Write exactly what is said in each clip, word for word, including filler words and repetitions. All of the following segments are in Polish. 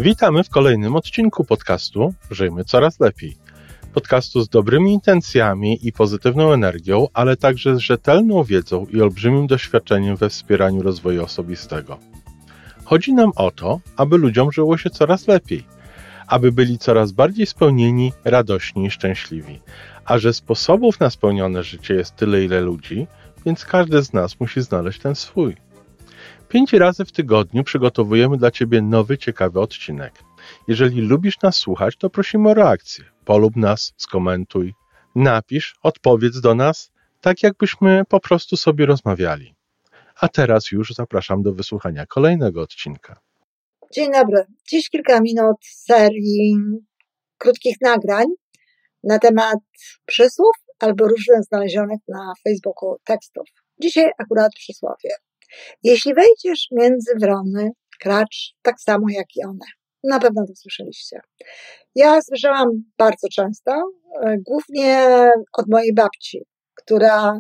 Witamy w kolejnym odcinku podcastu Żyjmy Coraz Lepiej. Podcastu z dobrymi intencjami i pozytywną energią, ale także z rzetelną wiedzą i olbrzymim doświadczeniem we wspieraniu rozwoju osobistego. Chodzi nam o to, aby ludziom żyło się coraz lepiej, aby byli coraz bardziej spełnieni, radośni i szczęśliwi. A że sposobów na spełnione życie jest tyle, ile ludzi, więc każdy z nas musi znaleźć ten swój. Pięć razy w tygodniu przygotowujemy dla Ciebie nowy, ciekawy odcinek. Jeżeli lubisz nas słuchać, to prosimy o reakcję. Polub nas, skomentuj, napisz, odpowiedz do nas, tak jakbyśmy po prostu sobie rozmawiali. A teraz już zapraszam do wysłuchania kolejnego odcinka. Dzień dobry. Dziś kilka minut serii krótkich nagrań na temat przysłów albo różnych znalezionych na Facebooku tekstów. Dzisiaj akurat przysłowie. Jeśli wejdziesz między wrony, kracz tak samo jak i one. Na pewno to słyszeliście. Ja słyszałam bardzo często, głównie od mojej babci, która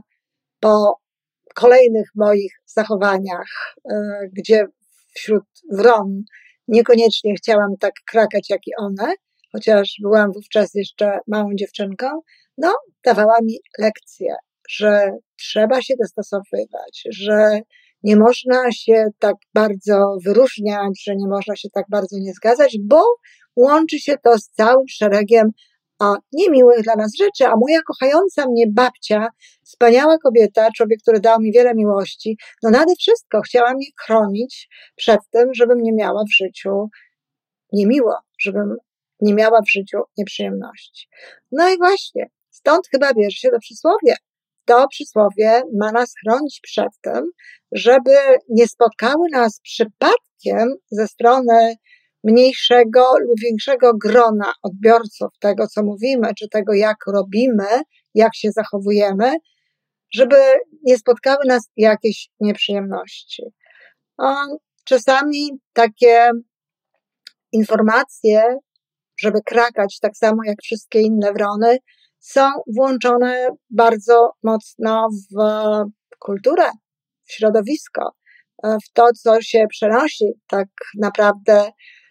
po kolejnych moich zachowaniach, gdzie wśród wron niekoniecznie chciałam tak krakać jak i one, chociaż byłam wówczas jeszcze małą dziewczynką, no dawała mi lekcję, że trzeba się dostosowywać, że nie można się tak bardzo wyróżniać, że nie można się tak bardzo nie zgadzać, bo łączy się to z całym szeregiem a niemiłych dla nas rzeczy, a moja kochająca mnie babcia, wspaniała kobieta, człowiek, który dał mi wiele miłości, no nade wszystko chciała mnie chronić przed tym, żebym nie miała w życiu niemiło, żebym nie miała w życiu nieprzyjemności. No i właśnie, stąd chyba bierze się to przysłowie. To przysłowie ma nas chronić przed tym, żeby nie spotkały nas przypadkiem ze strony mniejszego lub większego grona odbiorców tego, co mówimy, czy tego, jak robimy, jak się zachowujemy, żeby nie spotkały nas jakieś nieprzyjemności. Czasami takie informacje, żeby krakać tak samo jak wszystkie inne wrony, są włączone bardzo mocno w kulturę, w środowisko, w to, co się przenosi tak naprawdę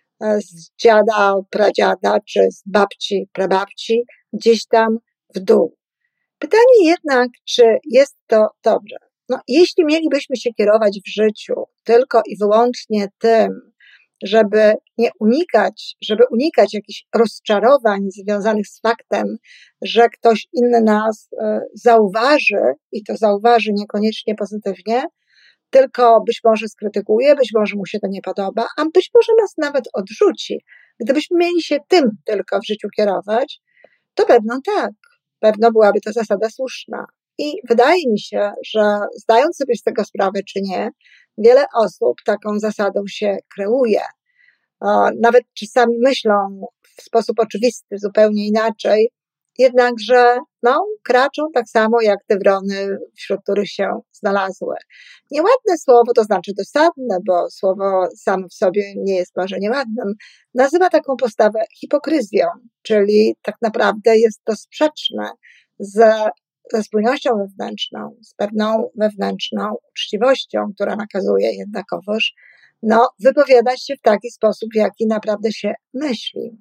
z dziada, pradziada, czy z babci, prababci, gdzieś tam w dół. Pytanie jednak, czy jest to dobre? No, jeśli mielibyśmy się kierować w życiu tylko i wyłącznie tym, żeby nie unikać, żeby unikać jakichś rozczarowań związanych z faktem, że ktoś inny nas zauważy i to zauważy niekoniecznie pozytywnie, tylko być może skrytykuje, być może mu się to nie podoba, a być może nas nawet odrzuci. Gdybyśmy mieli się tym tylko w życiu kierować, to pewno tak, pewno byłaby to zasada słuszna. I wydaje mi się, że zdając sobie z tego sprawę czy nie, wiele osób taką zasadą się kreuje. Nawet czasami myślą w sposób oczywisty, zupełnie inaczej, jednakże no, kraczą tak samo jak te wrony, wśród których się znalazły. Nieładne słowo, to znaczy dosadne, bo słowo samo w sobie nie jest może nieładnym, nazywa taką postawę hipokryzją, czyli tak naprawdę jest to sprzeczne ze, ze spójnością wewnętrzną, z pewną wewnętrzną uczciwością, która nakazuje jednakowoż no, wypowiadać się w taki sposób, w jaki naprawdę się myśli.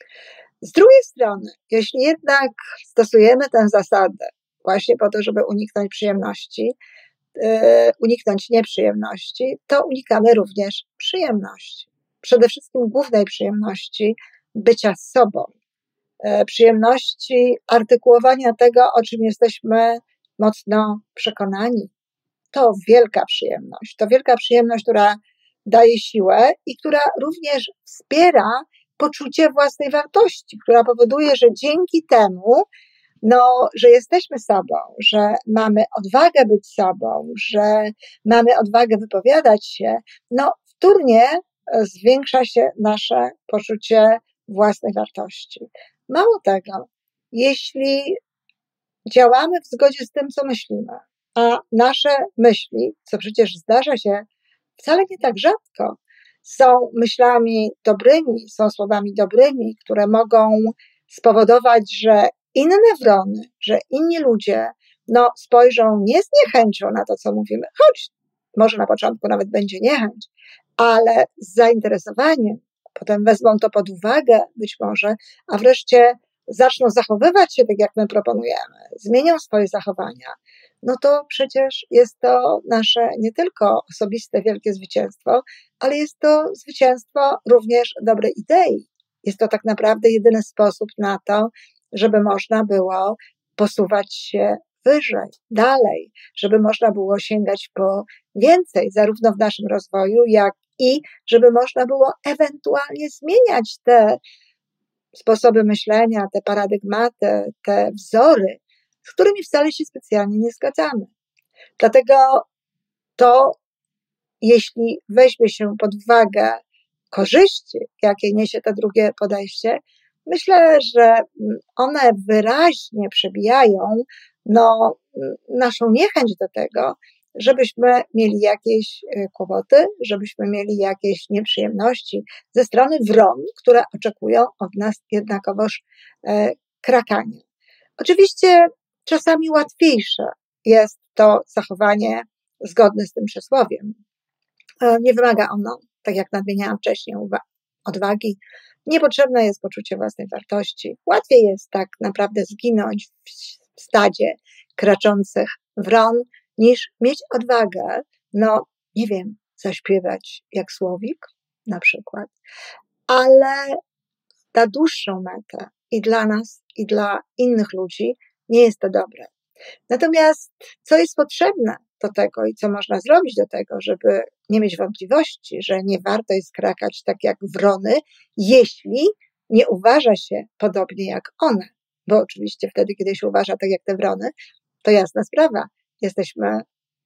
Z drugiej strony, jeśli jednak stosujemy tę zasadę właśnie po to, żeby uniknąć przyjemności, yy, uniknąć nieprzyjemności, to unikamy również przyjemności. Przede wszystkim głównej przyjemności bycia z sobą, yy, przyjemności artykułowania tego, o czym jesteśmy mocno przekonani. To wielka przyjemność. To wielka przyjemność, która daje siłę i która również wspiera poczucie własnej wartości, która powoduje, że dzięki temu, no, że jesteśmy sobą, że mamy odwagę być sobą, że mamy odwagę wypowiadać się, no, wtórnie zwiększa się nasze poczucie własnej wartości. Mało tego, jeśli działamy w zgodzie z tym, co myślimy, a nasze myśli, co przecież zdarza się wcale nie tak rzadko, są myślami dobrymi, są słowami dobrymi, które mogą spowodować, że inne wrony, że inni ludzie no, spojrzą nie z niechęcią na to, co mówimy, choć może na początku nawet będzie niechęć, ale z zainteresowaniem, potem wezmą to pod uwagę być może, a wreszcie zaczną zachowywać się tak, jak my proponujemy, zmienią swoje zachowania, no to przecież jest to nasze nie tylko osobiste wielkie zwycięstwo, ale jest to zwycięstwo również dobrej idei. Jest to tak naprawdę jedyny sposób na to, żeby można było posuwać się wyżej, dalej, żeby można było sięgać po więcej, zarówno w naszym rozwoju, jak i żeby można było ewentualnie zmieniać te sposoby myślenia, te paradygmaty, te wzory, z którymi wcale się specjalnie nie zgadzamy. Dlatego to, jeśli weźmie się pod uwagę korzyści, jakie niesie to drugie podejście, myślę, że one wyraźnie przebijają no, naszą niechęć do tego, żebyśmy mieli jakieś kłopoty, żebyśmy mieli jakieś nieprzyjemności ze strony wron, które oczekują od nas jednakowoż e, krakania. Oczywiście czasami łatwiejsze jest to zachowanie zgodne z tym przysłowiem. E, nie wymaga ono, tak jak nadmieniałam wcześniej, odwagi. Niepotrzebne jest poczucie własnej wartości. Łatwiej jest tak naprawdę zginąć w stadzie kraczących wron, niż mieć odwagę, no nie wiem, zaśpiewać jak słowik na przykład, ale na dłuższą metę i dla nas, i dla innych ludzi nie jest to dobre. Natomiast co jest potrzebne do tego i co można zrobić do tego, żeby nie mieć wątpliwości, że nie warto jest krakać tak jak wrony, jeśli nie uważa się podobnie jak one, bo oczywiście wtedy, kiedy się uważa tak jak te wrony, to jasna sprawa, jesteśmy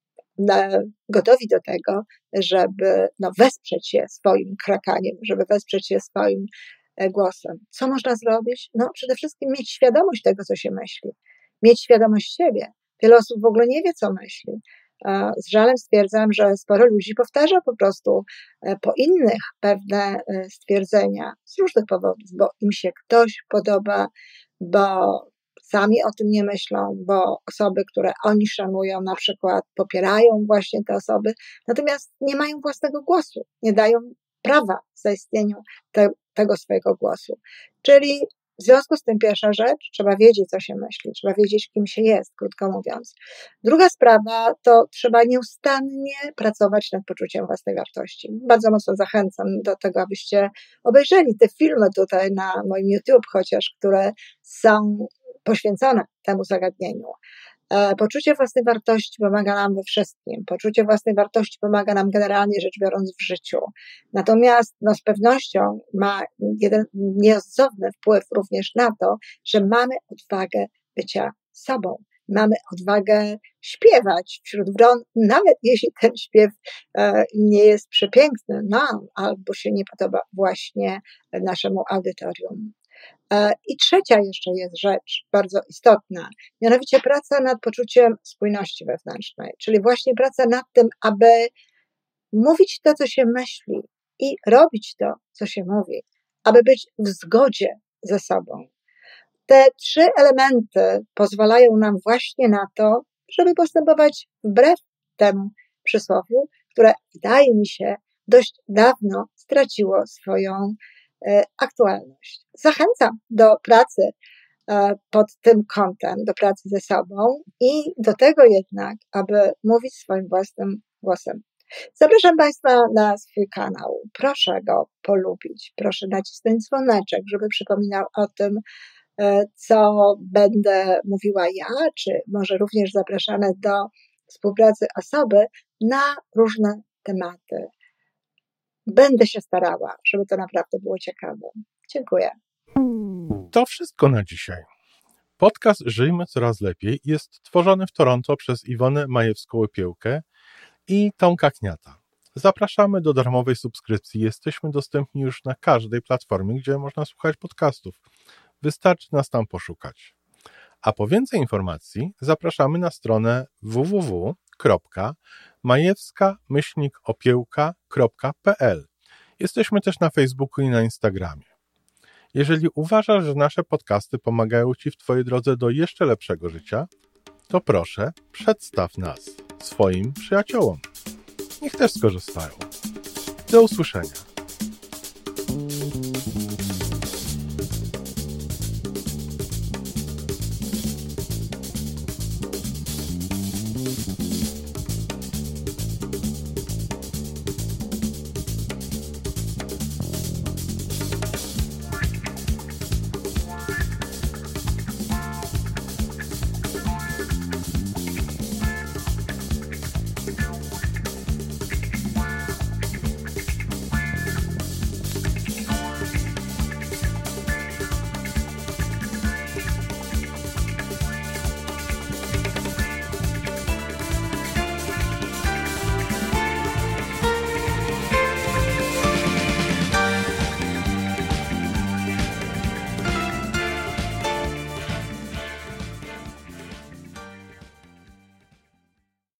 gotowi do tego, żeby no, wesprzeć się swoim krakaniem, żeby wesprzeć się swoim głosem. Co można zrobić? No przede wszystkim mieć świadomość tego, co się myśli. Mieć świadomość siebie. Wiele osób w ogóle nie wie, co myśli. Z żalem stwierdzam, że sporo ludzi powtarza po prostu po innych pewne stwierdzenia z różnych powodów, bo im się ktoś podoba, bo sami o tym nie myślą, bo osoby, które oni szanują, na przykład popierają właśnie te osoby, natomiast nie mają własnego głosu, nie dają prawa zaistnieniu te, tego swojego głosu. Czyli w związku z tym pierwsza rzecz, trzeba wiedzieć, co się myśli, trzeba wiedzieć, kim się jest, krótko mówiąc. Druga sprawa, to trzeba nieustannie pracować nad poczuciem własnej wartości. Bardzo mocno zachęcam do tego, abyście obejrzeli te filmy tutaj na moim YouTube chociaż, które są poświęcone temu zagadnieniu. Poczucie własnej wartości pomaga nam we wszystkim. Poczucie własnej wartości pomaga nam generalnie rzecz biorąc w życiu. Natomiast no, z pewnością ma jeden nieodzowny wpływ również na to, że mamy odwagę bycia sobą. Mamy odwagę śpiewać wśród wron, nawet jeśli ten śpiew e, nie jest przepiękny nam albo się nie podoba właśnie naszemu audytorium. I trzecia jeszcze jest rzecz bardzo istotna, mianowicie praca nad poczuciem spójności wewnętrznej, czyli właśnie praca nad tym, aby mówić to, co się myśli i robić to, co się mówi, aby być w zgodzie ze sobą. Te trzy elementy pozwalają nam właśnie na to, żeby postępować wbrew temu przysłowiu, które wydaje mi się dość dawno straciło swoją aktualność. Zachęcam do pracy pod tym kątem, do pracy ze sobą i do tego jednak, aby mówić swoim własnym głosem. Zapraszam Państwa na swój kanał. Proszę go polubić, proszę nacisnąć dzwoneczek, żeby przypominał o tym, co będę mówiła ja, czy może również zapraszane do współpracy osoby na różne tematy. Będę się starała, żeby to naprawdę było ciekawe. Dziękuję. To wszystko na dzisiaj. Podcast Żyjmy Coraz Lepiej jest tworzony w Toronto przez Iwonę Majewską-Opiełkę i Tomka Kniata. Zapraszamy do darmowej subskrypcji. Jesteśmy dostępni już na każdej platformie, gdzie można słuchać podcastów. Wystarczy nas tam poszukać. A po więcej informacji zapraszamy na stronę w w w kropka majewska myślnik opiełka kropka p l. Jesteśmy też na Facebooku i na Instagramie. Jeżeli uważasz, że nasze podcasty pomagają Ci w Twojej drodze do jeszcze lepszego życia, to proszę, przedstaw nas swoim przyjaciołom. Niech też skorzystają. Do usłyszenia.